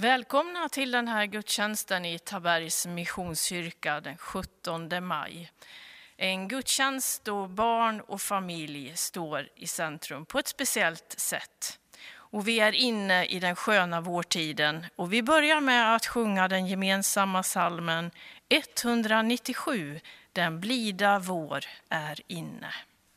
Välkomna till den här gudstjänsten i Tabergs Missionskyrka den 17 maj. En gudstjänst då barn och familj står i centrum på ett speciellt sätt. Och vi är inne i den sköna vårtiden och vi börjar med att sjunga den gemensamma psalmen 197, Den blida vår är inne.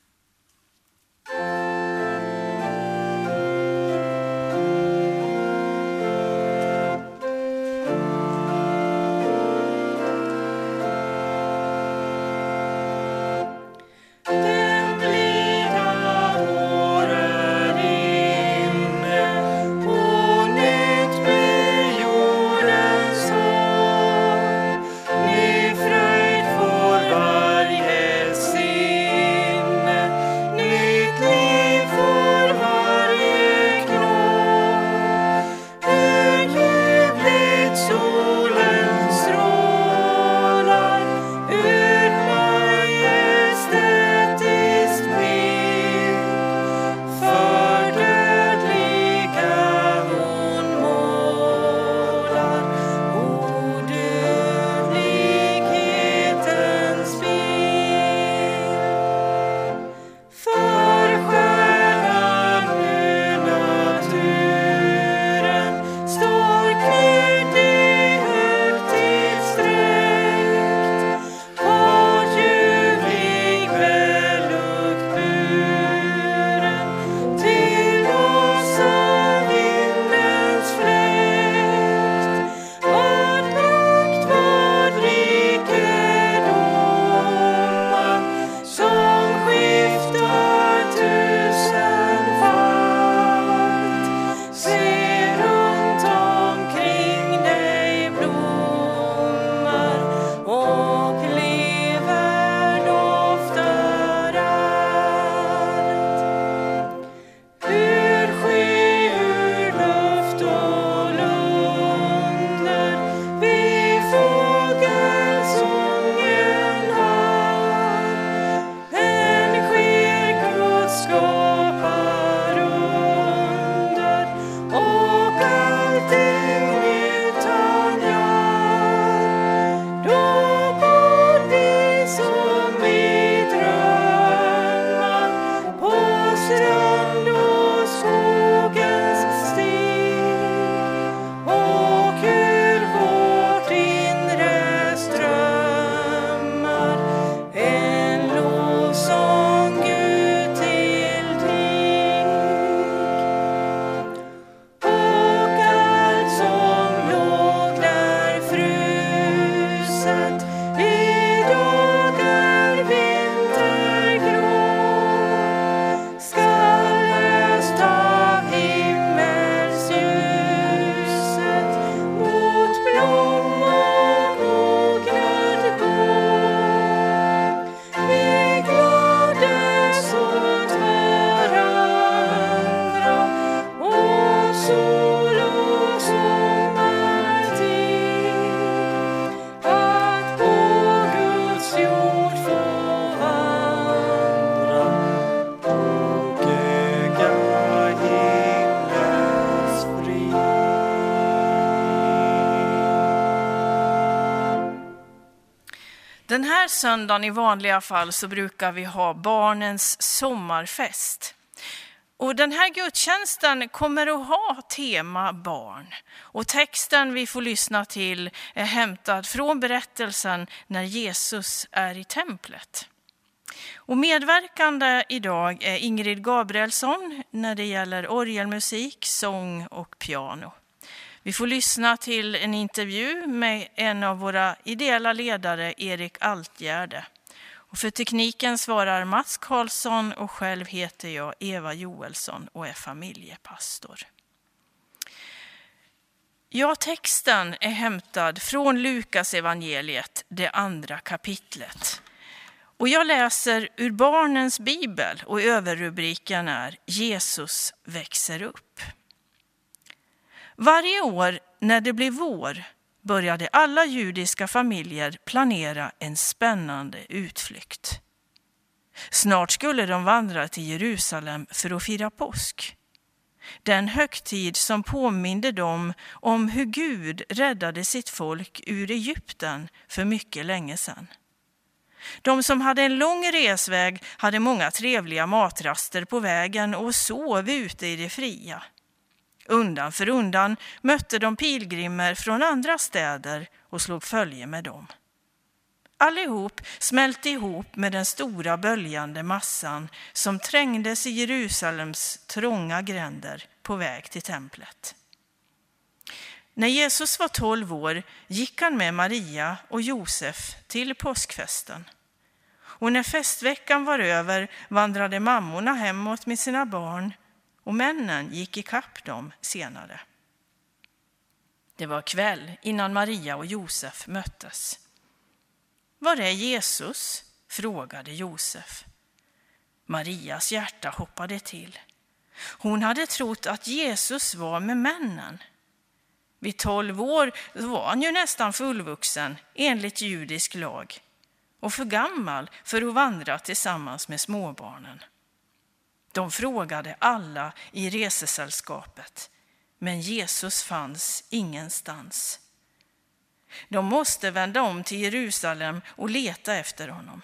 Den här söndagen i vanliga fall så brukar vi ha barnens sommarfest. Och den här gudstjänsten kommer att ha tema barn. Och texten vi får lyssna till är hämtad från berättelsen när Jesus är i templet. Och medverkande idag är Ingrid Gabrielsson när det gäller orgelmusik, sång och piano. Vi får lyssna till en intervju med en av våra ideella ledare, Erik Altgärde. Och för tekniken svarar Mats Karlsson och själv heter jag Eva Joelsson och är familjepastor. Ja, texten är hämtad från Lukas evangeliet, det 2:a kapitlet. Och jag läser ur barnens bibel och överrubriken är Jesus växer upp. Varje år när det blev vår började alla judiska familjer planera en spännande utflykt. Snart skulle de vandra till Jerusalem för att fira påsk. Den högtid som påminde dem om hur Gud räddade sitt folk ur Egypten för mycket länge sedan. De som hade en lång resväg hade många trevliga matraster på vägen och sov ute i det fria. Undan för undan mötte de pilgrimer från andra städer och slog följe med dem. Allihop smälte ihop med den stora böljande massan som trängdes i Jerusalems trånga gränder på väg till templet. När Jesus var 12 år gick han med Maria och Josef till påskfesten. Och när festveckan var över vandrade mammorna hemåt med sina barn och männen gick ikapp dem senare. Det var kväll innan Maria och Josef möttes. Var är Jesus? Frågade Josef. Marias hjärta hoppade till. Hon hade trott att Jesus var med männen. Vid 12 år var han ju nästan fullvuxen enligt judisk lag och för gammal för att vandra tillsammans med småbarnen. De frågade alla i resesällskapet, men Jesus fanns ingenstans. De måste vända om till Jerusalem och leta efter honom.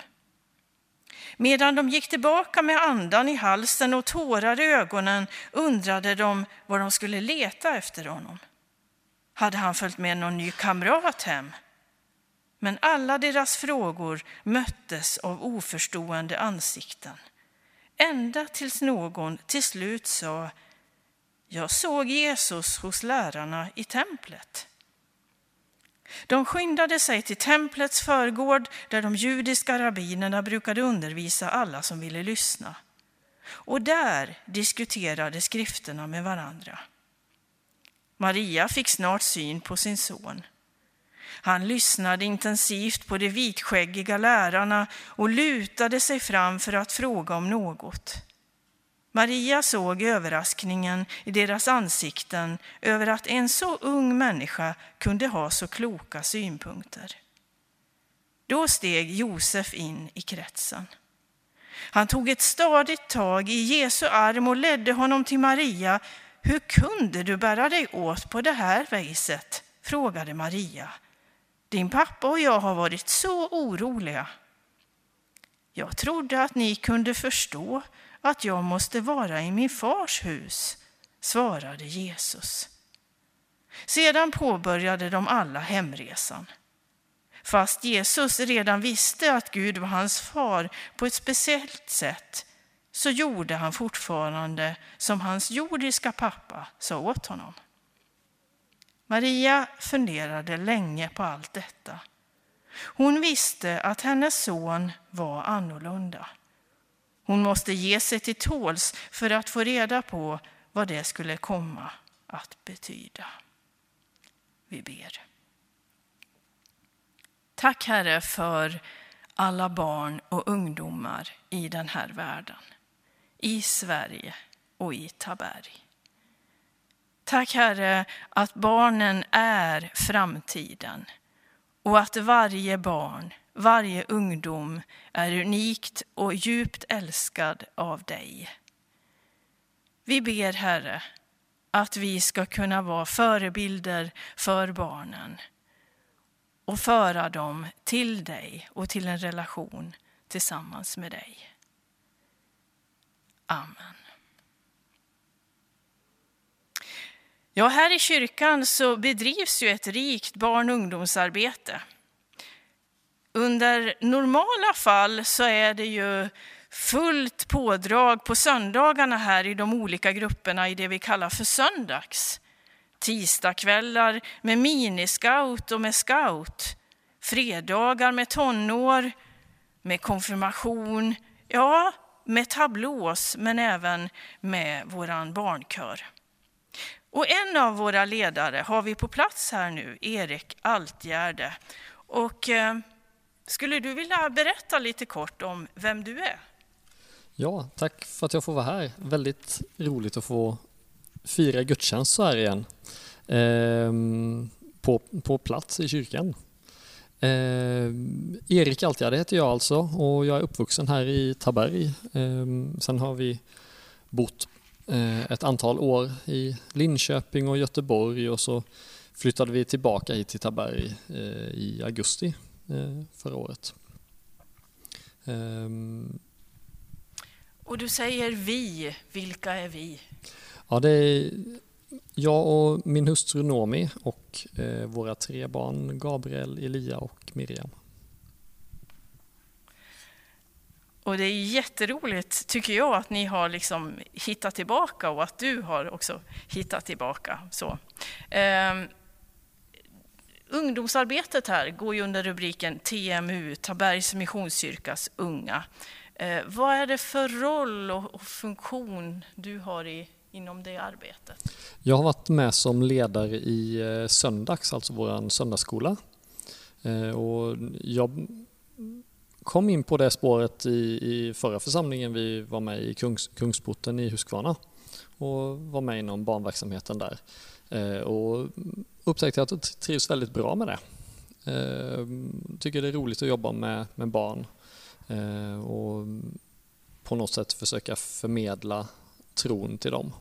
Medan de gick tillbaka med andan i halsen och tårar i ögonen undrade de var de skulle leta efter honom. Hade han följt med någon ny kamrat hem? Men alla deras frågor möttes av oförstående ansikten. Ända tills någon till slut sa: jag såg Jesus hos lärarna i templet. De skyndade sig till templets förgård där de judiska rabbinerna brukade undervisa alla som ville lyssna. Och där diskuterade skrifterna med varandra. Maria fick snart syn på sin son. Han lyssnade intensivt på de vitskäggiga lärarna och lutade sig fram för att fråga om något. Maria såg överraskningen i deras ansikten över att en så ung människa kunde ha så kloka synpunkter. Då steg Josef in i kretsen. Han tog ett stadigt tag i Jesu arm och ledde honom till Maria. Hur kunde du bära dig åt på det här viset? Frågade Maria. Din pappa och jag har varit så oroliga. Jag trodde att ni kunde förstå att jag måste vara i min fars hus, svarade Jesus. Sedan påbörjade de alla hemresan. Fast Jesus redan visste att Gud var hans far på ett speciellt sätt, så gjorde han fortfarande som hans jordiska pappa sa åt honom. Maria funderade länge på allt detta. Hon visste att hennes son var annorlunda. Hon måste ge sig till tåls för att få reda på vad det skulle komma att betyda. Vi ber. Tack Herre för alla barn och ungdomar i den här världen, i Sverige och i Taberg. Tack Herre att barnen är framtiden och att varje barn, varje ungdom är unikt och djupt älskad av dig. Vi ber Herre att vi ska kunna vara förebilder för barnen och föra dem till dig och till en relation tillsammans med dig. Amen. Ja, här i kyrkan så bedrivs ju ett rikt barn- och ungdomsarbete. Under normala fall så är det ju fullt pådrag på söndagarna här i de olika grupperna i det vi kallar för söndags. Tisdagskvällar med miniscout och med scout. Fredagar med tonår, med konfirmation, ja med tablås men även med våran barnkör. Och en av våra ledare har vi på plats här nu, Erik Altgärde. Och skulle du vilja berätta lite kort om vem du är? Ja, tack för att jag får vara här. Väldigt roligt att få fira gudstjänst så här igen. På plats i kyrkan. Erik Altgärde heter jag alltså och jag är uppvuxen här i Taberg. Sen har vi bott ett antal år i Linköping och Göteborg och så flyttade vi tillbaka hit till Taberg i augusti förra året. Och du säger vi, vilka är vi? Ja, det är jag och min hustru Nomi och våra 3 barn Gabriel, Elia och Miriam. Och det är jätteroligt tycker jag att ni har liksom hittat tillbaka och att du har också hittat tillbaka. Så. Ungdomsarbetet här går ju under rubriken TMU, Tabergs Missionskyrkas unga. Vad är det för roll och funktion du har inom det arbetet? Jag har varit med som ledare i söndags, alltså vår söndagsskola. Och jag kom in på det spåret i förra församlingen. Vi var med i Kungsporten i Huskvarna och var med inom barnverksamheten där. Och upptäckte att jag trivs väldigt bra med det. Tycker det är roligt att jobba med barn och på något sätt försöka förmedla tron till dem.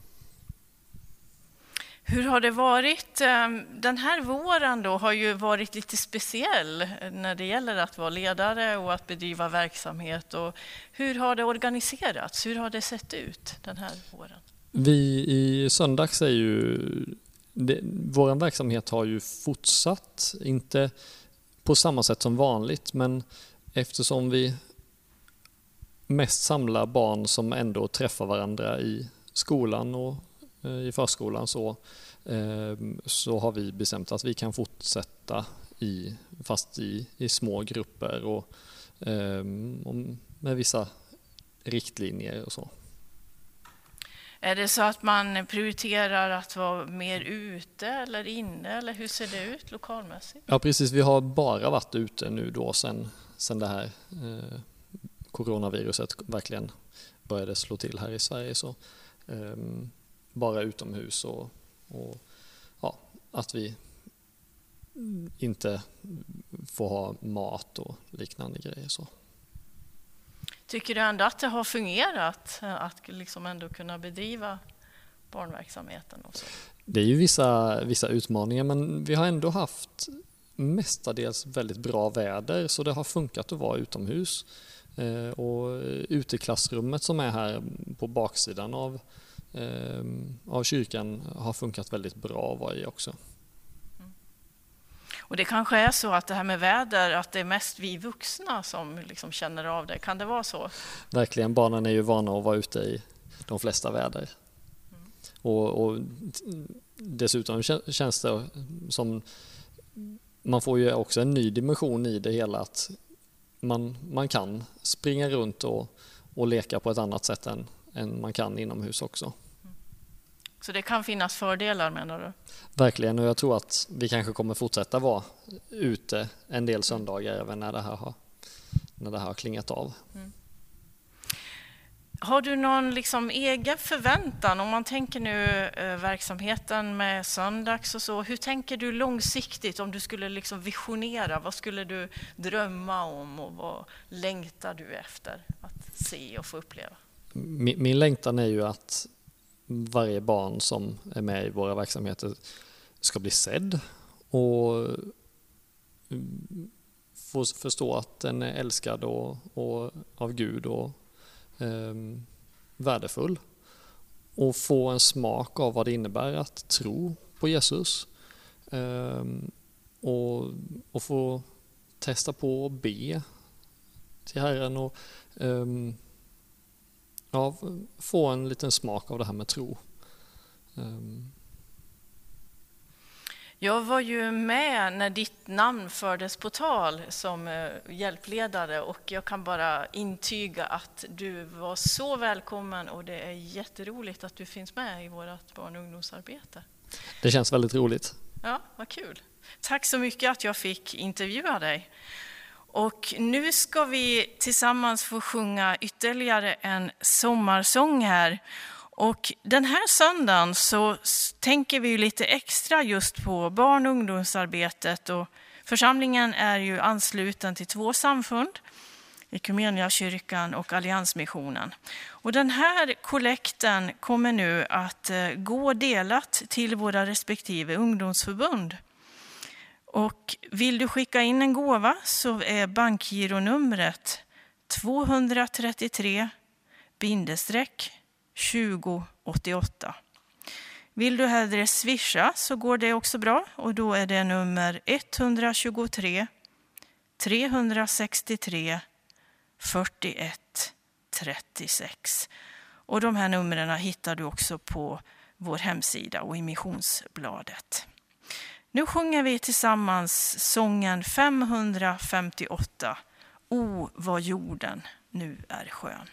Hur har det varit? Den här våren då har ju varit lite speciell när det gäller att vara ledare och att bedriva verksamhet. Och hur har det organiserats? Hur har det sett ut den här våren? Vi i söndags är ju... vår verksamhet har ju fortsatt, inte på samma sätt som vanligt, men eftersom vi mest samlar barn som ändå träffar varandra i skolan och i förskolan så har vi bestämt att vi kan fortsätta fast i små grupper och med vissa riktlinjer och så. Är det så att man prioriterar att vara mer ute eller inne eller hur ser det ut lokalmässigt? Ja precis, vi har bara varit ute nu då sen det här coronaviruset verkligen började slå till här i Sverige så bara utomhus och ja, att vi inte får ha mat och liknande grejer så. Tycker du ändå att det har fungerat att liksom ändå kunna bedriva barnverksamheten? Och så? Det är ju vissa utmaningar men vi har ändå haft mestadels väldigt bra väder så det har funkat att vara utomhus. Och ute i klassrummet som är här på baksidan av kyrkan har funkat väldigt bra att vara i också. Och det kanske är så att det här med väder, att det är mest vi vuxna som liksom känner av det. Kan det vara så? Verkligen, barnen är ju vana att vara ute i de flesta väder. Och dessutom känns det som man får ju också en ny dimension i det hela att man kan springa runt och leka på ett annat sätt än man kan inomhus också. Så det kan finnas fördelar menar du? Verkligen, och jag tror att vi kanske kommer fortsätta vara ute en del söndagar även när det här har klingat av. Mm. Har du någon liksom egen förväntan om man tänker nu verksamheten med söndags och så? Hur tänker du långsiktigt om du skulle liksom visionera? Vad skulle du drömma om och vad längtar du efter att se och få uppleva? Min längtan är ju att varje barn som är med i våra verksamheter ska bli sedd och få förstå att den är älskad och av Gud och värdefull och få en smak av vad det innebär att tro på Jesus och få testa på att be till Herren och få en liten smak av det här med tro. Jag var ju med när ditt namn fördes på tal som hjälpledare och jag kan bara intyga att du var så välkommen och det är jätteroligt att du finns med i vårt barn- och ungdomsarbete. Det känns väldigt roligt. Ja, vad kul. Tack så mycket att jag fick intervjua dig. Och nu ska vi tillsammans få sjunga ytterligare en sommarsång här. Och den här söndagen så tänker vi lite extra just på barn- och ungdomsarbetet. Och församlingen är ju ansluten till 2 samfund. Equmeniakyrkan och Alliansmissionen. Och den här kollekten kommer nu att gå delat till våra respektive ungdomsförbund. Och vill du skicka in en gåva så är bankgironumret 233-2088. Vill du hellre swisha så går det också bra, och då är det nummer 123 363 41 36. Och de här numren hittar du också på vår hemsida och i missionsbladet. Nu sjunger vi tillsammans sången 558. O, vad jorden nu är skön.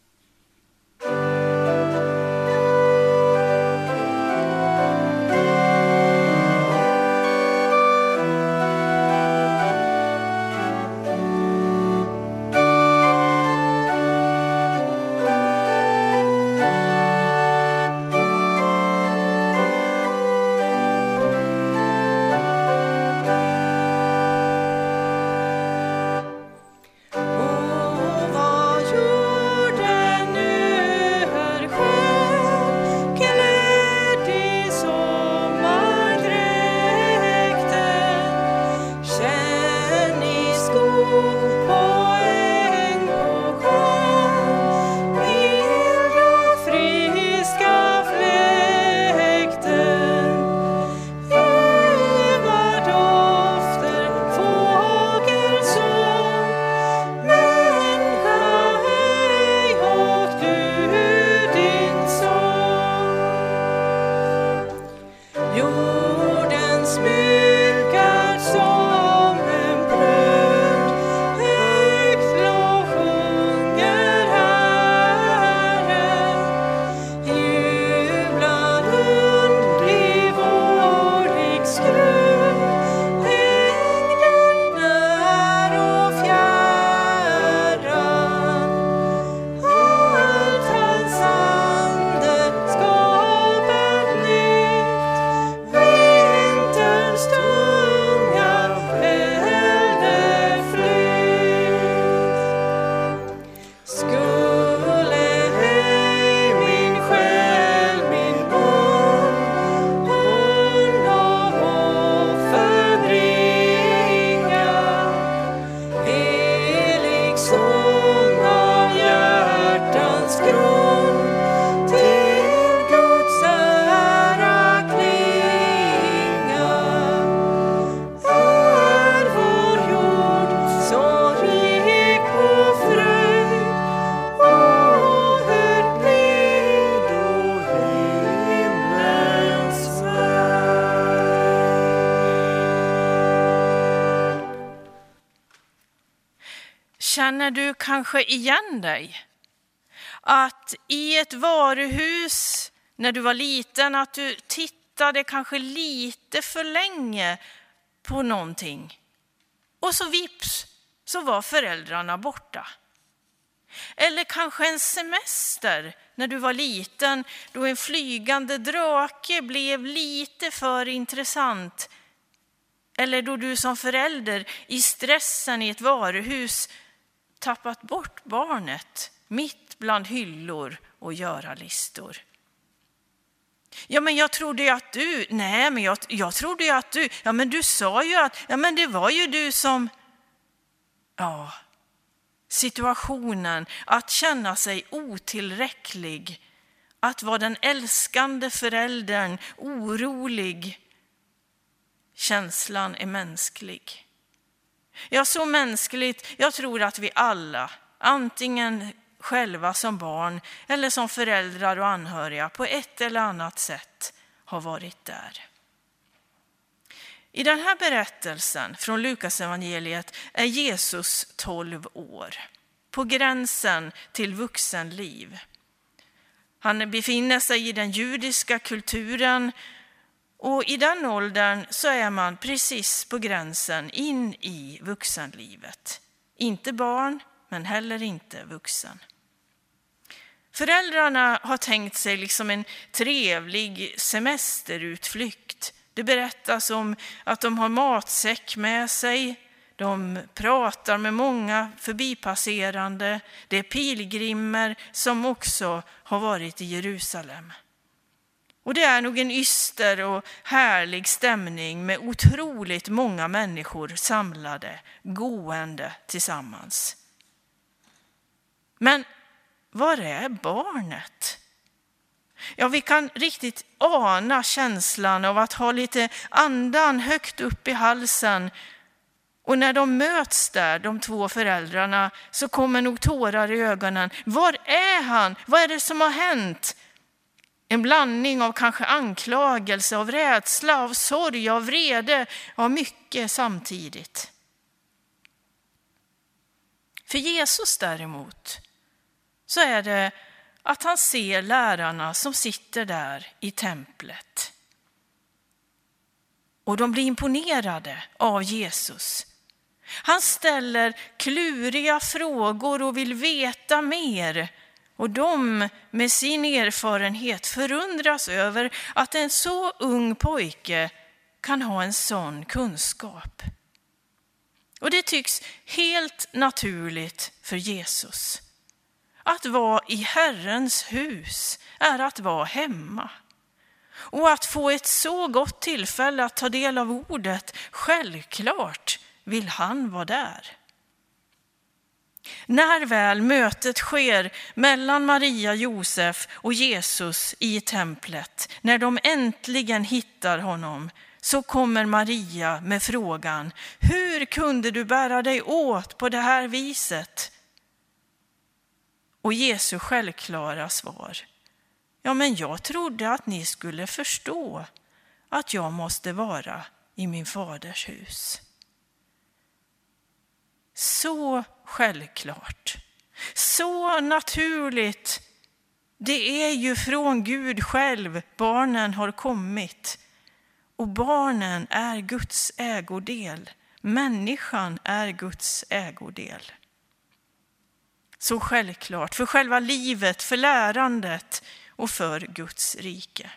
Känner du kanske igen dig? Att i ett varuhus när du var liten, att du tittade kanske lite för länge på någonting. Och så vips så var föräldrarna borta. Eller kanske en semester när du var liten, då en flygande drake blev lite för intressant. Eller då du som förälder i stressen i ett varuhus tappat bort barnet mitt bland hyllor och göra-listor. Ja, men jag trodde ju att du... Nej, men jag trodde ju att du... Ja, men du sa ju att... Ja, men det var ju du som... Ja, situationen att känna sig otillräcklig. Att vara den älskande föräldern orolig. Känslan är mänsklig. Ja, så mänskligt. Jag tror att vi alla, antingen själva som barn eller som föräldrar och anhöriga, på ett eller annat sätt har varit där. I den här berättelsen från Lukasevangeliet är Jesus 12 år, på gränsen till vuxenliv. Han befinner sig i den judiska kulturen, och i den åldern så är man precis på gränsen in i vuxenlivet. Inte barn, men heller inte vuxen. Föräldrarna har tänkt sig liksom en trevlig semesterutflykt. Det berättas om att de har matsäck med sig. De pratar med många förbipasserande. Det är pilgrimer som också har varit i Jerusalem. Och det är nog en yster och härlig stämning med otroligt många människor samlade, gående tillsammans. Men var är barnet? Ja, vi kan riktigt ana känslan av att ha lite andan högt upp i halsen. Och när de möts där, de två föräldrarna, så kommer nog tårar i ögonen. Var är han? Vad är det som har hänt? En blandning av kanske anklagelse, av rädsla, av sorg, av vrede, av mycket samtidigt. För Jesus däremot så är det att han ser lärarna som sitter där i templet. Och de blir imponerade av Jesus. Han ställer kluriga frågor och vill veta mer. Och de med sin erfarenhet förundras över att en så ung pojke kan ha en sån kunskap. Och det tycks helt naturligt för Jesus. Att vara i Herrens hus är att vara hemma. Och att få ett så gott tillfälle att ta del av ordet, självklart vill han vara där. När väl mötet sker mellan Maria, Josef och Jesus i templet, när de äntligen hittar honom, så kommer Maria med frågan: hur kunde du bära dig åt på det här viset? Och Jesu självklara svar: ja, men jag trodde att ni skulle förstå att jag måste vara i min faders hus. Så självklart, så naturligt. Det är ju från Gud själv barnen har kommit. Och barnen är Guds ägodel. Människan är Guds ägodel. Så självklart för själva livet, för lärandet och för Guds rike.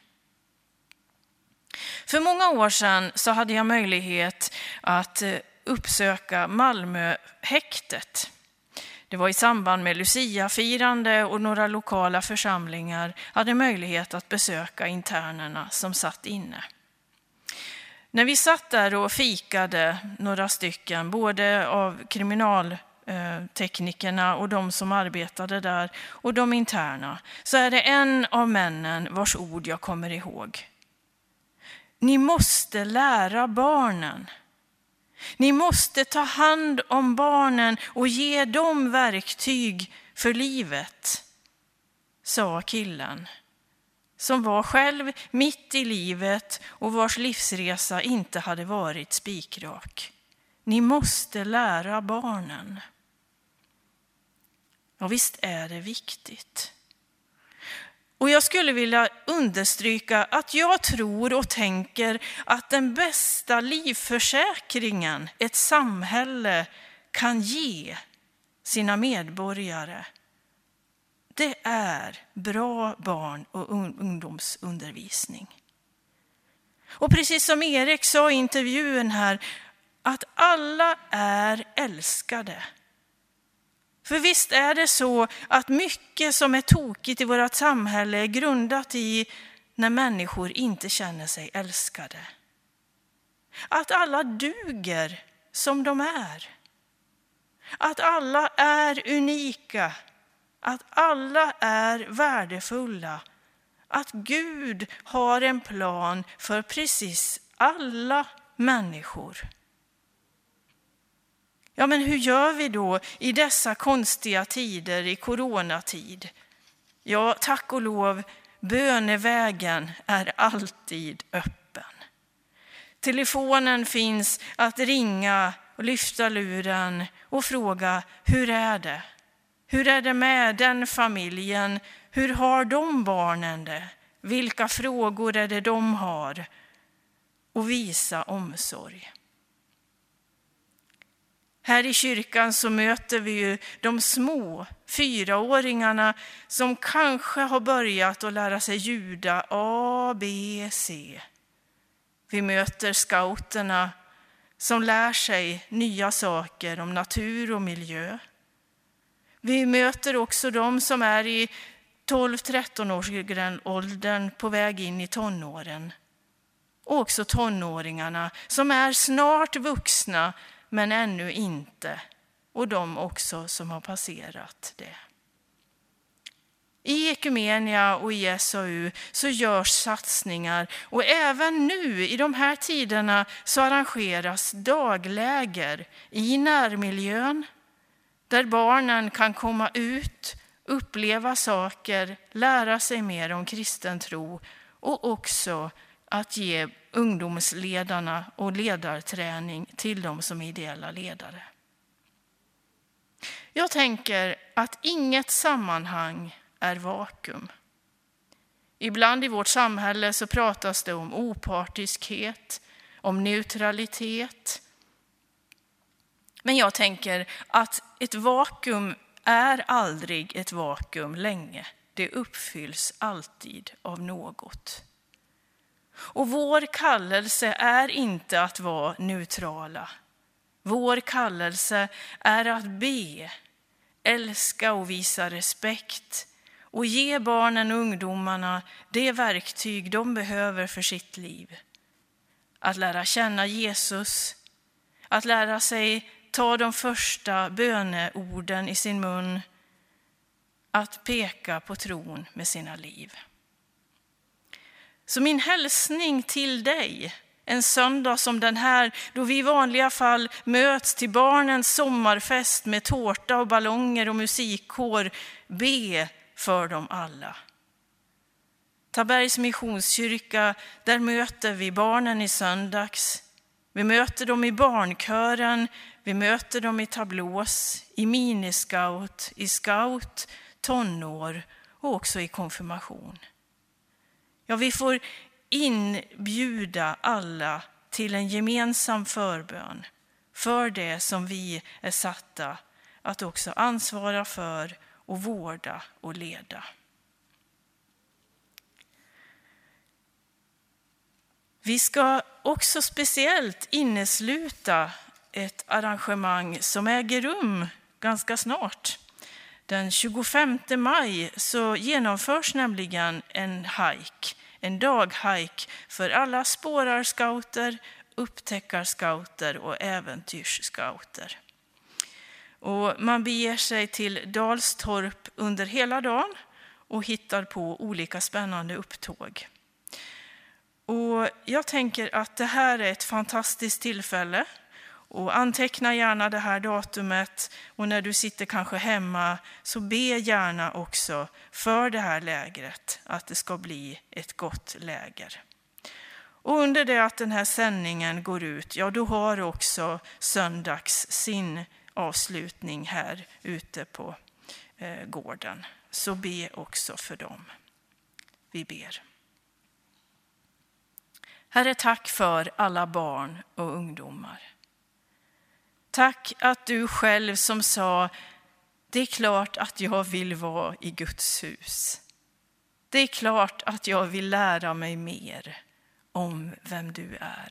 För många år sedan så hade jag möjlighet att uppsöka Malmöhäktet. Det var i samband med Lucia-firande och några lokala församlingar hade möjlighet att besöka internerna som satt inne. När vi satt där och fikade, några stycken, både av kriminalteknikerna och de som arbetade där och de interna, så är det en av männen vars ord jag kommer ihåg. Ni måste lära barnen. Ni måste ta hand om barnen och ge dem verktyg för livet, sa killen, som var själv mitt i livet och vars livsresa inte hade varit spikrak. Ni måste lära barnen. Ja, visst är det viktigt. Och jag skulle vilja understryka att jag tror och tänker att den bästa livförsäkringen ett samhälle kan ge sina medborgare, det är bra barn- och ungdomsundervisning. Och precis som Erik sa i intervjun här, att alla är älskade. För visst är det så att mycket som är tokigt i vårt samhälle är grundat i när människor inte känner sig älskade. Att alla duger som de är. Att alla är unika. Att alla är värdefulla. Att Gud har en plan för precis alla människor. Ja, men hur gör vi då i dessa konstiga tider, i coronatid? Ja, tack och lov, bönevägen är alltid öppen. Telefonen finns att ringa och lyfta luren och fråga: hur är det? Hur är det med den familjen? Hur har de barnen det? Vilka frågor är det de har? Och visa omsorg. Här i kyrkan så möter vi ju de små 4-åringarna som kanske har börjat att lära sig ljuda A, B, C. Vi möter scouterna som lär sig nya saker om natur och miljö. Vi möter också de som är i 12-13-årsåldern på väg in i tonåren. Och också tonåringarna som är snart vuxna men ännu inte. Och de också som har passerat det. I Ekumenia och i SAU så görs satsningar och även nu i de här tiderna så arrangeras dagläger i närmiljön där barnen kan komma ut, uppleva saker, lära sig mer om kristen tro och också att ge ungdomsledarna och ledarträning till dem som ideella ledare. Jag tänker att inget sammanhang är vakuum. Ibland i vårt samhälle så pratas det om opartiskhet, om neutralitet. Men jag tänker att ett vakuum är aldrig ett vakuum länge. Det uppfylls alltid av något. Och vår kallelse är inte att vara neutrala. Vår kallelse är att be, älska och visa respekt och ge barnen och ungdomarna det verktyg de behöver för sitt liv. Att lära känna Jesus, att lära sig ta de första böneorden i sin mun, att peka på tron med sina liv. Så min hälsning till dig, en söndag som den här, då vi i vanliga fall möts till barnens sommarfest med tårta och ballonger och musikkår, be för dem alla. Tabergs Missionskyrka, där möter vi barnen i söndags. Vi möter dem i barnkören, vi möter dem i tablås, i miniscout, i scout, tonår och också i konfirmation. Ja, vi får inbjuda alla till en gemensam förbön för det som vi är satta att också ansvara för och vårda och leda. Vi ska också speciellt innesluta ett arrangemang som äger rum ganska snart. Den 25 maj så genomförs nämligen en daghike för alla spårarscouter, upptäckarscouter och äventyrsscouter. Och man beger sig till Dalstorp under hela dagen och hittar på olika spännande upptåg. Och jag tänker att det här är ett fantastiskt tillfälle. Och anteckna gärna det här datumet, och när du sitter kanske hemma så be gärna också för det här lägret, att det ska bli ett gott läger. Och under det att den här sändningen går ut, ja då har också söndags sin avslutning här ute på gården. Så be också för dem. Vi ber. Herre, tack för alla barn och ungdomar. Tack att du själv som sa, det är klart att jag vill vara i Guds hus. Det är klart att jag vill lära mig mer om vem du är.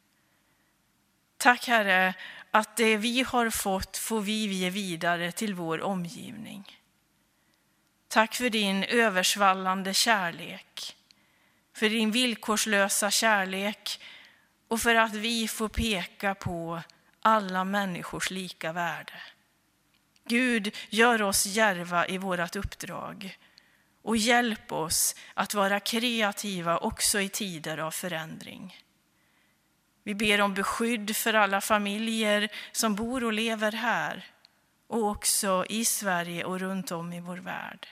Tack Herre att det vi har fått får vi ge vidare till vår omgivning. Tack för din översvallande kärlek, för din villkorslösa kärlek och för att vi får peka på alla människors lika värde. Gud, gör oss djärva i vårat uppdrag och hjälp oss att vara kreativa också i tider av förändring. Vi ber om beskydd för alla familjer som bor och lever här och också i Sverige och runt om i vår värld.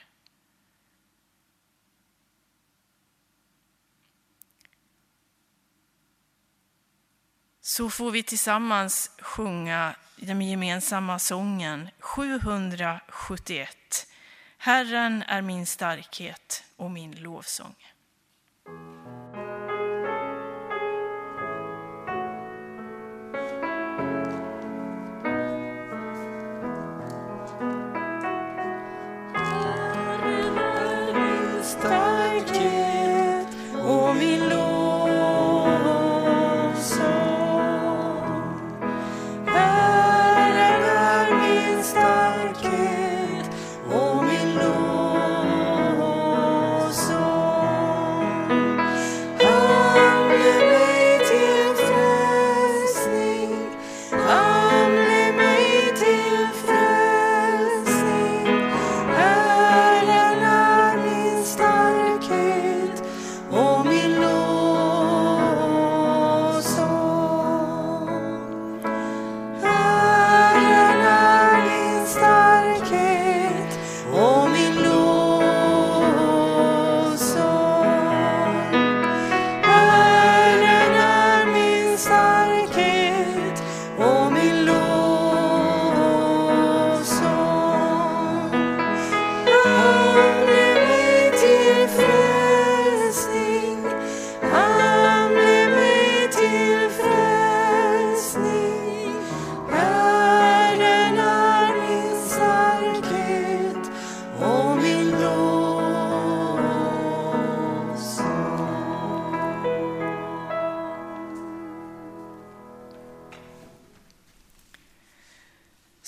Så får vi tillsammans sjunga den gemensamma sången 771. Herren är min starkhet och min lovsång. Herren är min starkhet och min lovsång.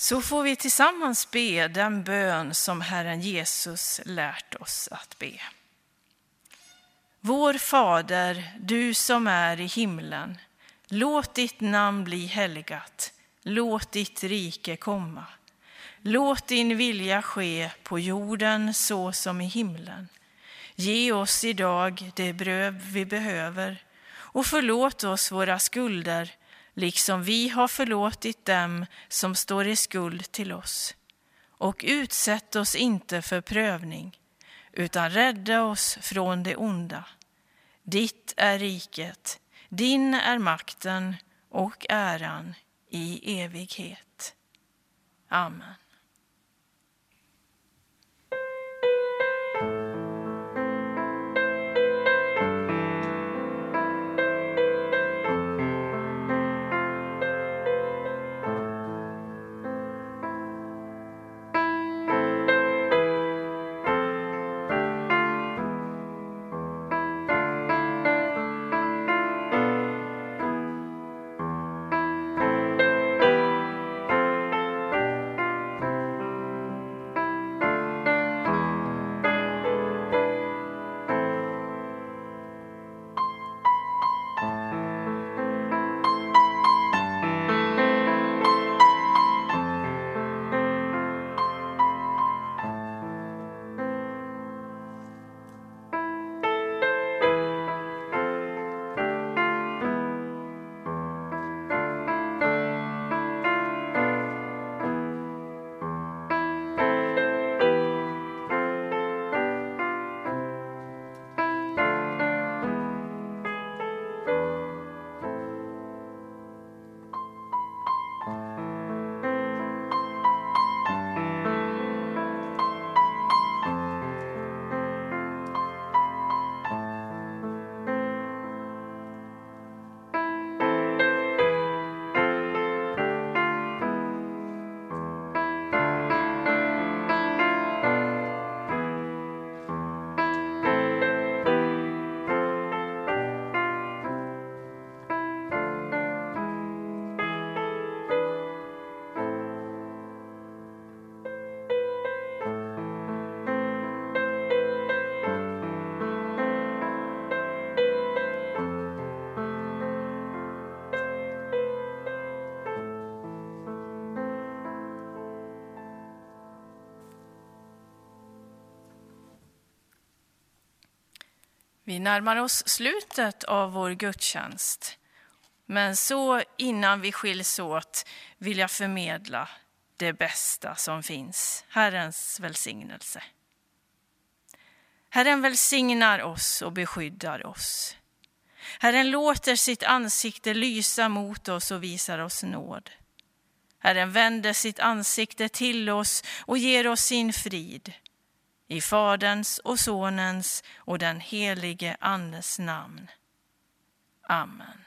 Så får vi tillsammans be den bön som Herren Jesus lärt oss att be. Vår Fader, du som är i himlen, låt ditt namn bli helgat, låt ditt rike komma. Låt din vilja ske på jorden så som i himlen. Ge oss idag det bröd vi behöver och förlåt oss våra skulder, liksom vi har förlåtit dem som står i skuld till oss. Och utsätt oss inte för prövning, utan rädda oss från det onda. Ditt är riket, din är makten och äran i evighet. Amen. Vi närmar oss slutet av vår gudstjänst. Men så innan vi skiljs åt vill jag förmedla det bästa som finns, Herrens välsignelse. Herren välsignar oss och beskyddar oss. Herren låter sitt ansikte lysa mot oss och visar oss nåd. Herren vänder sitt ansikte till oss och ger oss sin frid. I Faderns och Sonens och den helige Andes namn. Amen.